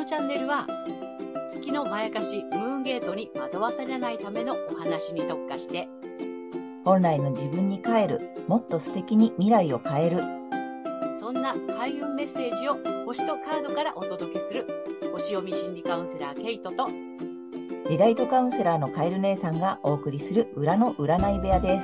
のチャンネルは月のまやかしムーンゲートに惑わされないためのお話に特化して、 本来の自分に帰る、もっと素敵に未来を変える、 そんな開運メッセージを星とカードからお届けする星読み心理カウンセラーケイトとリライトカウンセラーのカエル姉さんがお送りする裏の占い部屋です。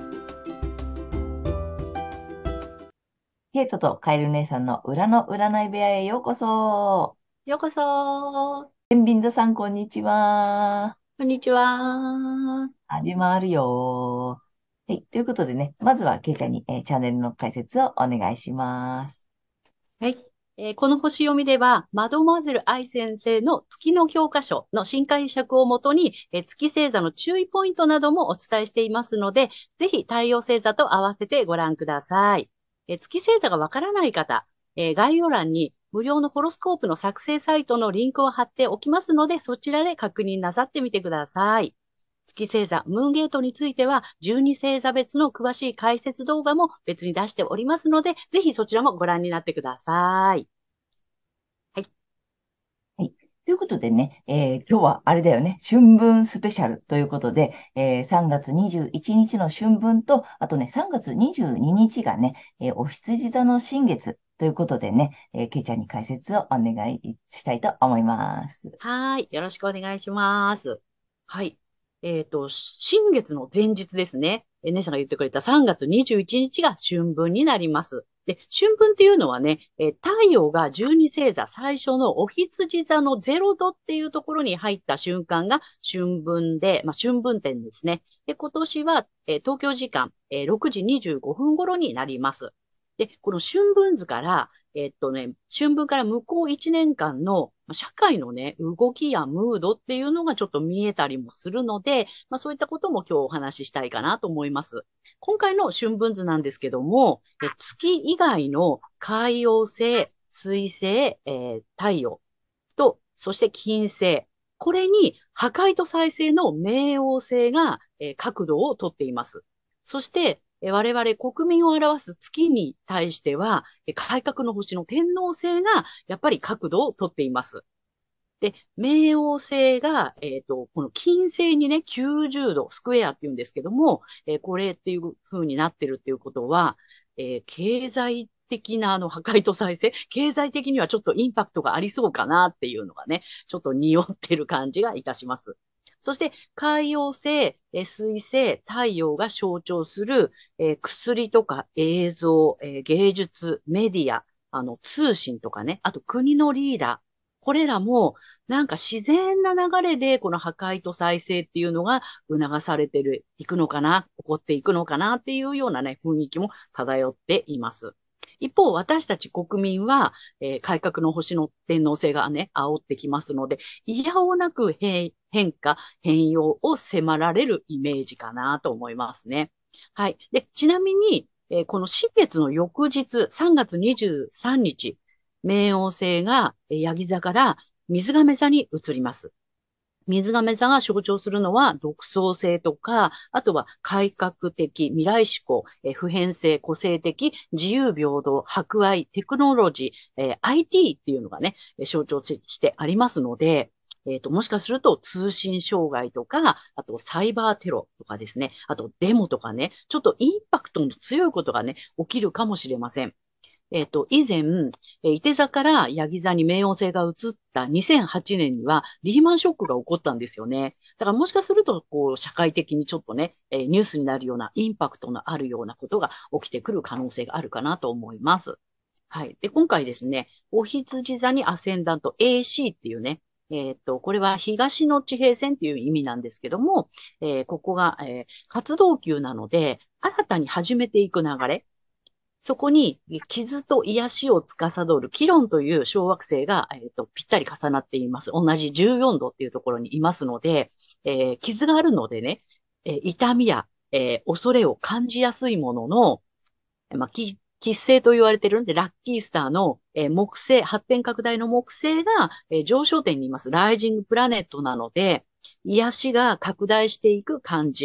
ケイトとカエル姉さんの裏の占い部屋へようこそ。 ようこそ。 天秤座さん、こんにちは。 こんにちは。 始まるよ。はい。ということでね、まずはケイちゃんに、チャンネルの解説をお願いします。 はい。この星読みでは、マドモアゼル愛先生の月の教科書の新解釈をもとに、月星座の注意ポイントなどもお伝えしていますので、ぜひ太陽星座と合わせてご覧ください。月星座がわからない方、概要欄に無料のホロスコープの作成サイトのリンクを貼っておきますので、そちらで確認なさってみてください。月星座、ムーンゲートについては、12星座別の詳しい解説動画も別に出しておりますので、ぜひそちらもご覧になってください。はい。 はい。ということでね、今日はあれだよね、春分スペシャルということで、3月21日の春分と、あとね、3月22日がね、お羊座の新月ということでね、ケイちゃんに解説をお願いしたいと思います。 はい。よろしくお願いします。はい。新月の前日ですね。姉さんが言ってくれた3月21日が春分になります。で、春分っていうのはね、太陽が12星座最初のお羊座の0度っていうところに入った瞬間が春分で、春分点ですね。で、今年は、東京時間、6時25分頃になります。で、この春分図から、春分から向こう1年間の社会のね、動きやムードっていうのがちょっと見えたりもするので、そういったことも今日お話ししたいかなと思います。今回の春分図なんですけども、月以外の海王星、水星、太陽と、そして金星。これに破壊と再生の冥王星が、角度をとっています。そして、我々国民を表す月に対しては、改革の星の天王星がやっぱり角度をとっています。で、冥王星が、この金星にね、90度、スクエアって言うんですけども、これっていう風になってるっていうことは、経済的な破壊と再生、経済的にはちょっとインパクトがありそうかなっていうのがね、ちょっと匂ってる感じがいたします。そして、海洋星、水星、太陽が象徴する、薬とか映像、芸術、メディア、通信とかね、あと国のリーダー、これらもなんか自然な流れでこの破壊と再生っていうのが促されていくのかな、起こっていくのかなっていうようなね、雰囲気も漂っています。一方、私たち国民は、改革の星の天皇制がね、煽ってきますので、いやおなく変化、変容を迫られるイメージかなと思いますね。はい。で、ちなみに、この新月の翌日、3月23日、冥王星がヤギ座から水亀座に移ります。水亀座が象徴するのは独創性とか、あとは改革的、未来志向、普遍性、個性的、自由平等、博愛、テクノロジー、IT っていうのがね、象徴してありますので、もしかすると通信障害とか、あとサイバーテロとかですね、あとデモとかね、ちょっとインパクトの強いことがね、起きるかもしれません。以前、伊手座からヤギ座に冥王星が移った2008年にはリーマンショックが起こったんですよね。だからもしかすると、こう、社会的にちょっとね、ニュースになるようなインパクトのあるようなことが起きてくる可能性があるかなと思います。はい。で、今回ですね、お羊座にアセンダント AC っていうね、これは東の地平線っていう意味なんですけども、ここが、活動級なので、新たに始めていく流れ、そこに傷と癒しを司るキロンという小惑星が、ぴったり重なっています。同じ14度っていうところにいますので、傷があるのでね、痛みや、恐れを感じやすいものの、吉星と言われてるんで、ラッキースターの、木星、発展拡大の木星が、上昇点にいます。ライジングプラネットなので、癒しが拡大していく感じ。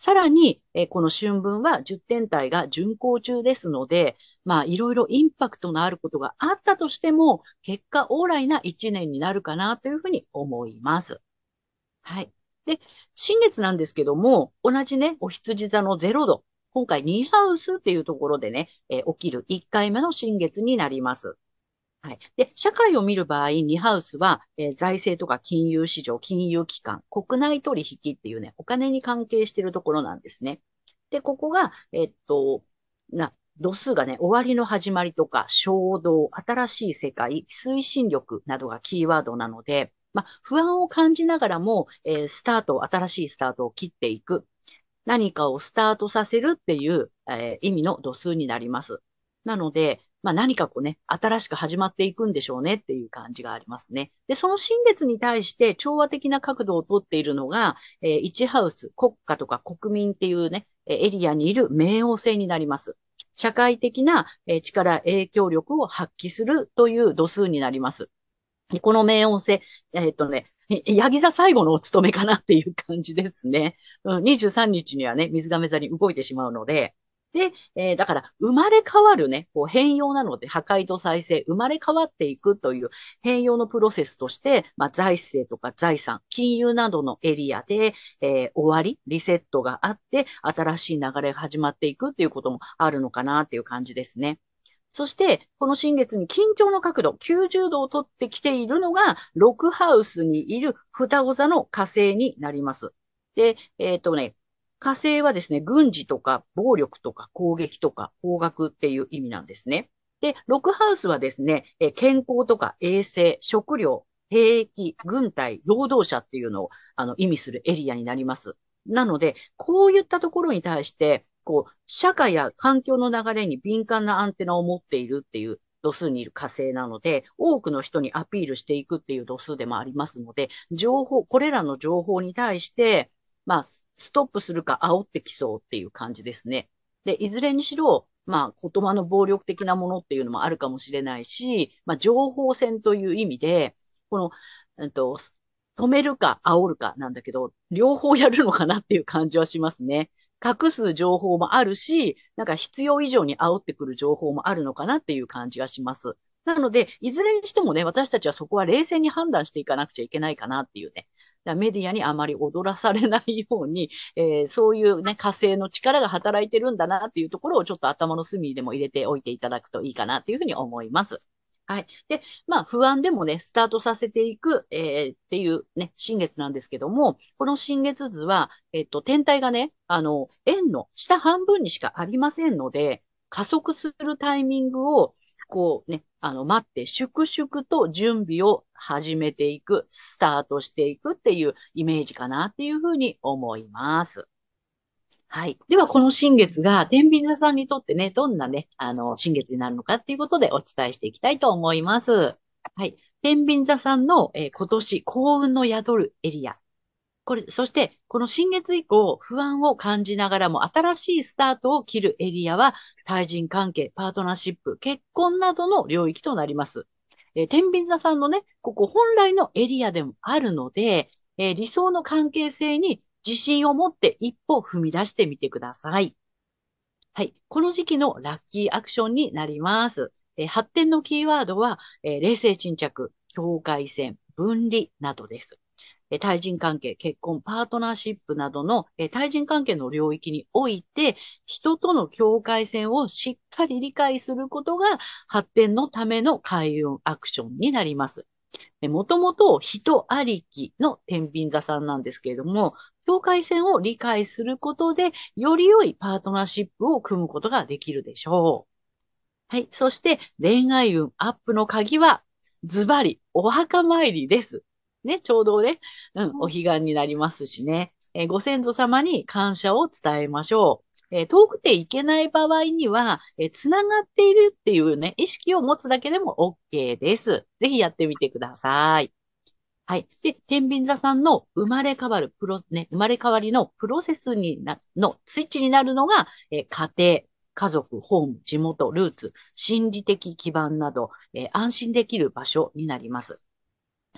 さらに、この春分は10天体が巡行中ですので、まあ、いろいろインパクトのあることがあったとしても、結果オーライな1年になるかなというふうに思います。はい。で、新月なんですけども、同じね、お羊座の0度。今回2ハウスっていうところでね、起きる1回目の新月になります。はい。で、社会を見る場合、ニハウスは、財政とか金融市場、金融機関、国内取引っていうね、お金に関係しているところなんですね。で、ここが、度数がね、終わりの始まりとか、衝動、新しい世界、推進力などがキーワードなので、まあ、不安を感じながらも、新しいスタートを切っていく。何かをスタートさせるっていう、意味の度数になります。なので、まあ何かこうね、新しく始まっていくんでしょうねっていう感じがありますね。で、その新月に対して調和的な角度をとっているのが、1ハウス、国家とか国民っていうね、エリアにいる冥王星になります。社会的な力、影響力を発揮するという度数になります。でこの冥王星、ヤギ座最後のお務めかなっていう感じですね。うん、23日にちにはね、水亀座に動いてしまうので、で、だから、生まれ変わるね、こう変容なので、破壊と再生、生まれ変わっていくという変容のプロセスとして、まあ、財政とか財産、金融などのエリアで、終わり、リセットがあって、新しい流れが始まっていくっていうこともあるのかなっていう感じですね。そして、この新月に緊張の角度、90度を取ってきているのが、ロクハウスにいる双子座の火星になります。で、火星はですね、軍事とか暴力とか攻撃とか方角っていう意味なんですね。で、ロクハウスはですね、健康とか衛生、食料、兵役、軍隊、労働者っていうのを意味するエリアになります。なので、こういったところに対して、こう、社会や環境の流れに敏感なアンテナを持っているっていう度数にいる火星なので、多くの人にアピールしていくっていう度数でもありますので、これらの情報に対して、まあ、ストップするか煽ってきそうっていう感じですね。で、いずれにしろ、まあ、言葉の暴力的なものっていうのもあるかもしれないし、まあ、情報戦という意味で、この、えっと、止めるか煽るかなんだけど、両方やるのかなっていう感じはしますね。隠す情報もあるし、なんか必要以上に煽ってくる情報もあるのかなっていう感じがします。なので、いずれにしてもね、私たちはそこは冷静に判断していかなくちゃいけないかなっていうね。メディアにあまり踊らされないように、そういうね、火星の力が働いてるんだなっていうところをちょっと頭の隅にでも入れておいていただくといいかなっていうふうに思います。はい。で、まあ、不安でもね、スタートさせていく、っていうね、新月なんですけども、この新月図は、天体がね、円の下半分にしかありませんので、加速するタイミングを、こうね、待って、粛々と準備を始めていく、スタートしていくっていうイメージかなっていうふうに思います。はい。では、この新月が、天秤座さんにとってね、どんなね、新月になるのかっていうことでお伝えしていきたいと思います。はい。天秤座さんの、今年幸運の宿るエリア。これ、そして、この新月以降、不安を感じながらも新しいスタートを切るエリアは、対人関係、パートナーシップ、結婚などの領域となります。天秤座さんのね、ここ本来のエリアでもあるので、理想の関係性に自信を持って一歩踏み出してみてください。はい。この時期のラッキーアクションになります。発展のキーワードは、冷静沈着、境界線、分離などです。対人関係、結婚、パートナーシップなどの対人関係の領域において、人との境界線をしっかり理解することが発展のための開運アクションになります。もともと人ありきの天秤座さんなんですけれども、境界線を理解することで、より良いパートナーシップを組むことができるでしょう。はい。そして恋愛運アップの鍵は、ズバリ、お墓参りです。ね、ちょうどね、お彼岸になりますしね。ご先祖様に感謝を伝えましょう。遠くて行けない場合には、つながっているっていうね、意識を持つだけでも OK です。ぜひやってみてください。はい。で、天秤座さんの生まれ変わる生まれ変わりのプロセスのスイッチになるのが、家庭、家族、ホーム、地元、ルーツ、心理的基盤など、安心できる場所になります。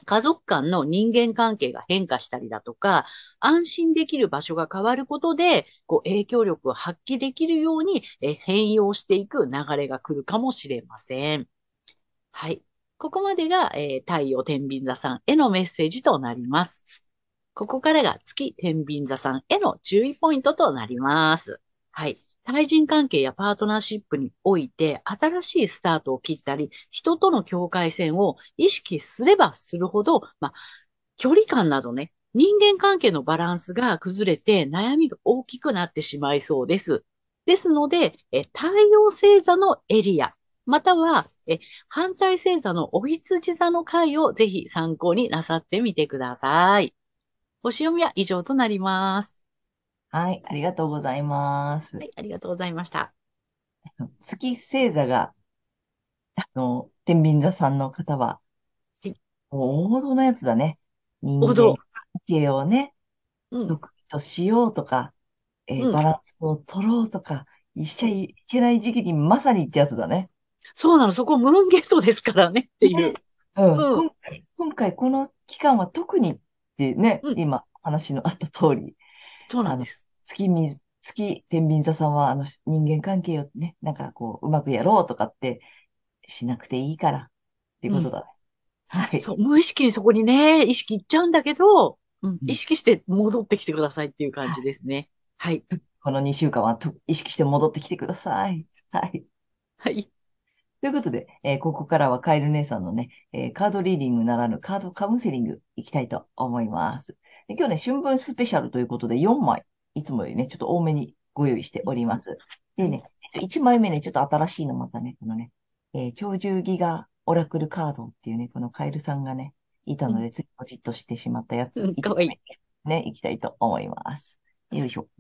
家族間の人間関係が変化したりだとか、安心できる場所が変わることで、影響力を発揮できるように、変容していく流れが来るかもしれません。はい。ここまでが、太陽天秤座さんへのメッセージとなります。ここからが月天秤座さんへの注意ポイントとなります。はい。対人関係やパートナーシップにおいて、新しいスタートを切ったり、人との境界線を意識すればするほど、距離感などね、人間関係のバランスが崩れて悩みが大きくなってしまいそうです。ですので、太陽星座のエリア、または、反対星座のお羊座の回をぜひ参考になさってみてください。星読みは以上となります。 はい、ありがとうございます。 はい、ありがとうございました。 月星座が、天秤座さんの方は、 はい、 王道のやつだね。人間関王道。 係をね、 うん、 得意としようとか、 うん。 バランスを取ろうとか、しちゃいけない時期にまさにってやつだね。 そうなの、そこムーンゲートですからねっていう。 ね。うん。 うん、 今回この期間は特にってね、 うん。 今話のあった通り、あの、 そうなんです。 月天秤座さんは、人間関係をね、なんかこう、うまくやろうとかってしなくていいからっていううん。 ことだね。はい。 そう、無意識にそこにね、意識いっちゃうんだけど、うん、 うん。 意識して戻ってきてくださいっていう感じはい。 ですね。はい。 この2週間は意識して戻ってきてください。はい。 はい。 ということで、ここからはカエル姉さんのね、カードリーディングならぬカードカウンセリングいきたいと思います。で今日ね、春分スペシャルということで4枚、いつもよりね、ちょっと多めにご用意しております。 はい。 でね、1枚目ね、ちょっと新しいのまたね、このね、鳥獣ギガオラクルカードっていうね、このカエルさんがね、いたうん、 ので、ついポチッとしてしまったやつ、 うん、か 1 わいい。 枚目ね、いきたいと思います。よいしょ。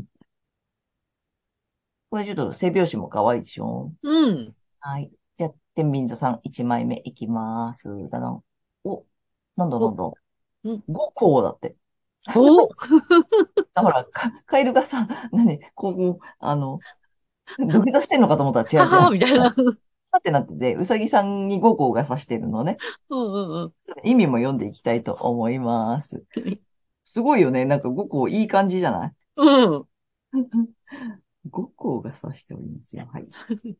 これちょっと背表紙も可愛いでしょ？ うん。 はい。じゃあ、天秤座さん1枚目いきます。だな。お、なんだなお、 んだ。 うん。 5個だって。 お、 ほら、カエルがさ、土下座してんのかと思ったら違う違う。 ははみたいな。 さってなってて、うさぎさんに5個が指してるのね。 うんうんうん。 意味も読んでいきたいと思います。すごいよね。なんか5個いい感じじゃない？ うん。 5個が指しておりますよ。はい。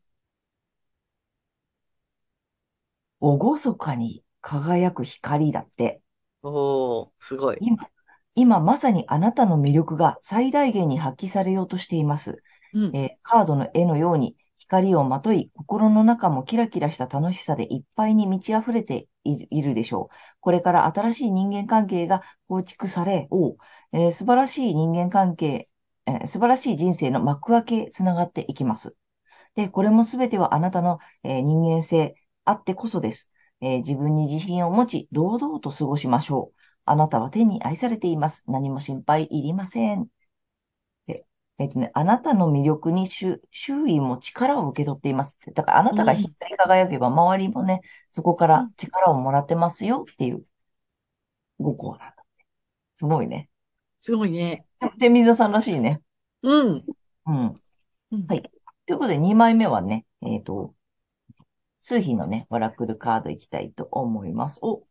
厳かに輝く光だって。 おー、すごい。 今まさにあなたの魅力が最大限に発揮されようとしています。 うん。 カードの絵のように光をまとい、心の中もキラキラした楽しさでいっぱいに満ち溢れているでしょう。これから新しい人間関係が構築され、素晴らしい人間関係、素晴らしい人生の幕開けつながっていきます。で、これもすべてはあなたの、人間性あってこそです。自分に自信を持ち、堂々と過ごしましょう。あなたは天に愛されています。何も心配いりません。であなたの魅力に周囲も力を受け取っています。だからあなたがうん。 光り輝けば、周りもね、そこからうん。 力をもらってますよっていうご講なんだ。すごいね。 すごいね。 で、水田さんらしいね。 うん。 うん。 うん。 はい。ということで、2枚目はね、数比のね、オラクルカードいきたいと思います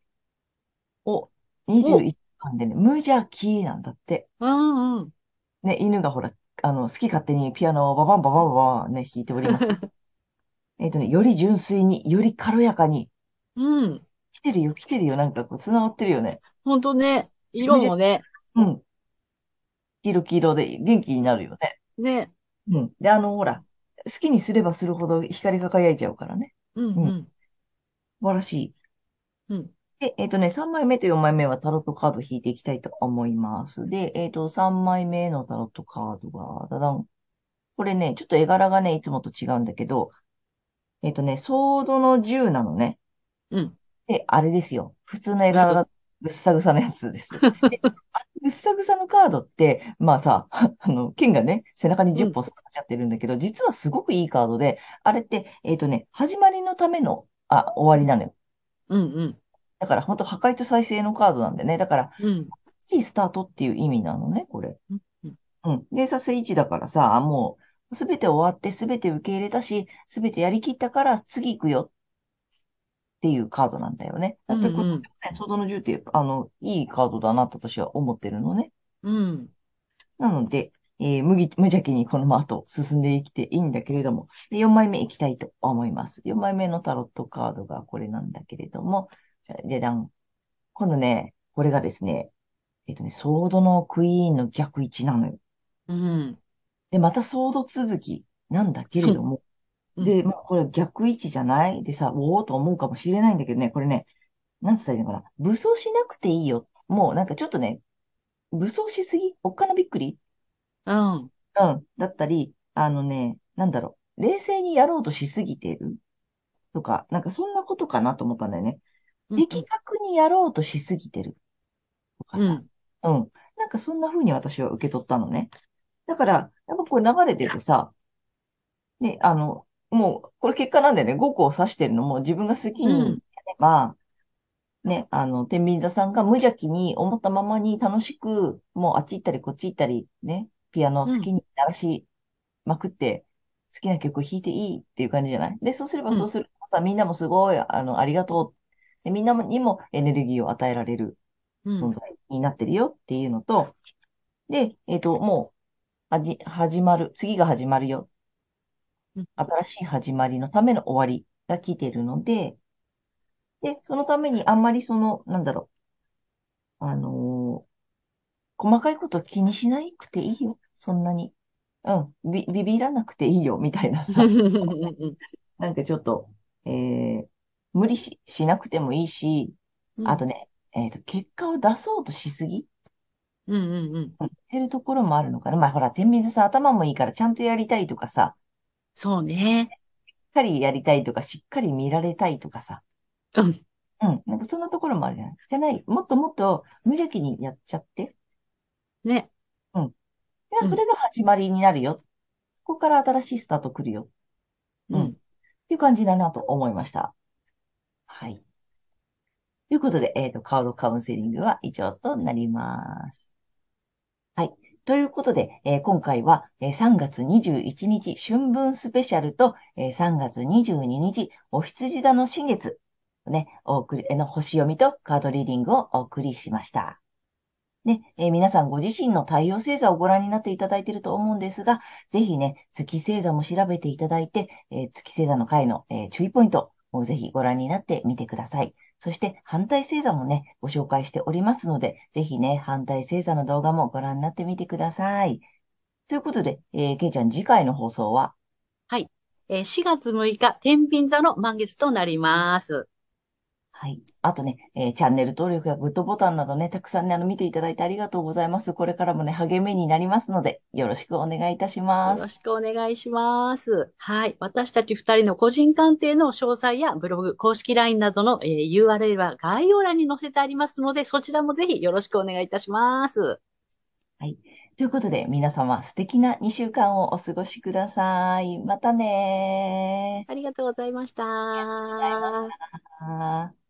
。21 お、 番でね、無邪気なんだって。 うんうん。 ね、犬がほら、好き勝手にピアノをババンババンババンね、弾いております。より純粋に、より軽やかに、 うん。 来てるよ、来てるよ、なんかこう、繋がってるよね。 ほんとね。 無邪、 色もね。 うん、黄色黄色で元気になるよね。 ね。 うん。で、ほら、好きにすればするほど光り輝いちゃうからね。 うんうん、素うん。 晴らしい。 うん。 で、3枚目と4枚目はタロットカード引いていきたいと思います。で、3枚目のタロットカードが、だだん。これね、ちょっと絵柄がね、いつもと違うんだけど、ソードの10なのね。 うん。 で、あれですよ。普通の絵ぐさぐさ。 柄がぐっさぐさのやつです。でぐっさぐさのカードって、まあさ、剣がね、背中に10 うん。 本刺さっちゃってるんだけど、実はすごくいいカードで、あれって、始まりのための、終わりなのよ。 うんうん。 だから、本当破壊と再生のカードなんでね。だから、 うん。 新しいスタートっていう意味なのね、これ。 うんうん。 うん。で、さす1だからさ、もう、すべて終わって、すべて受け入れたし、すべてやりきったから、次行くよっっていうカードなんだよね。だうん、 ってこのうん、 ソードの10って、いいカードだなと私は思ってるのね。 うん、 なので、無邪気にこのままと進んでいきていいんだけれども、で4枚目いきたいと思います。4枚目のタロットカードがこれなんだけれども、じゃじゃん。今度ね、これがですね、ソードのクイーンの逆位置なのよ。 うん。 で、またソード続きなんだけれそう。 ども、 うん、 で、まあ、これ逆位置じゃないでさ、おおと思うかもしれないんだけどね、これね、なんつったらいいのかな。武装しなくていいよ。もうなんかちょっとね、武装しすぎおっかなびっくりうん、 うん。だったり、なんだろう。冷静にやろうとしすぎてるとか、なんかそんなことかなと思ったんだよね。 うん、う的ん、 確にやろうとしすぎてるとかさ。 うん、 うん。なんかそんな風に私は受け取ったのね。だから、やっぱこれ流れててさ、ね、もう、これ結果なんだよね。5個を指してるのも自分が好きにうん、 やれば、ね、天秤座さんが無邪気に思ったままに楽しく、もうあっち行ったりこっち行ったり、ね、ピアノ好きに鳴らしまくって、好きな曲を弾いていいっていう感じじゃないで、そうすればうん、 そうするとさ、みんなもすごい、ありがとう。で、みんなにもエネルギーを与えられるうん、 存在になってるよっていうのと、で、もう、始まる、次が始まるよ。 うん、 新しい始まりのための終わりが来てるので、で、そのためにあんまりなんだろう、細かいこと気にしなくていいよ。そんなに。うん。ビビらなくていいよ、みたいなうん、 さ。 うん、 なんかちょっと、無理しなくてもいいし、 うん、 あとね、結果を出そうとしすぎうん、うん。 てるところもあるのかな。まあほら、天秤さん頭もいいからちゃんとやりたいとかさ、 そうね。 しっかりやりたいとか、しっかり見られたいとかさ、 うん、 うん。なんかそんなところもあるじゃない。じゃない。もっともっと無邪気にやっちゃって、 ね。 うん。いや、 うん、 それが始まりになるよ。そこから新しいスタート来るよ。うん。っうん。 ていう感じだなと思いました。はい。ということで、カードカウンセリングは以上となります。はい。ということで、今回は、3月21日春分スペシャルと、3月22日お羊座の新月、ね、お送り、の星読みとカードリーディングをお送りしました。ね、皆さんご自身の太陽星座をご覧になっていただいていると思うんですが、ぜひね、月星座も調べていただいて、月星座の回の、注意ポイントをぜひご覧になってみてください。そして反対星座もね、ご紹介しておりますので、ぜひね、反対星座の動画もご覧になってみてください。ということで、けいちゃん次回の放送は、 はい。4月6日、天秤座の満月となります。 はい。あとね、チャンネル登録やグッドボタンなどね、たくさんね、見ていただいてありがとうございます。これからもね、励みになりますので、よろしくお願いいたします。 よろしくお願いします。はい。私たち二人の個人鑑定の詳細やブログ、公式 LINE などの、URL は概要欄に載せてありますので、そちらもぜひよろしくお願いいたします。 はい。ということで、皆様素敵な2週間をお過ごしください。またねありがとうございましー。ありがとうございました。 た。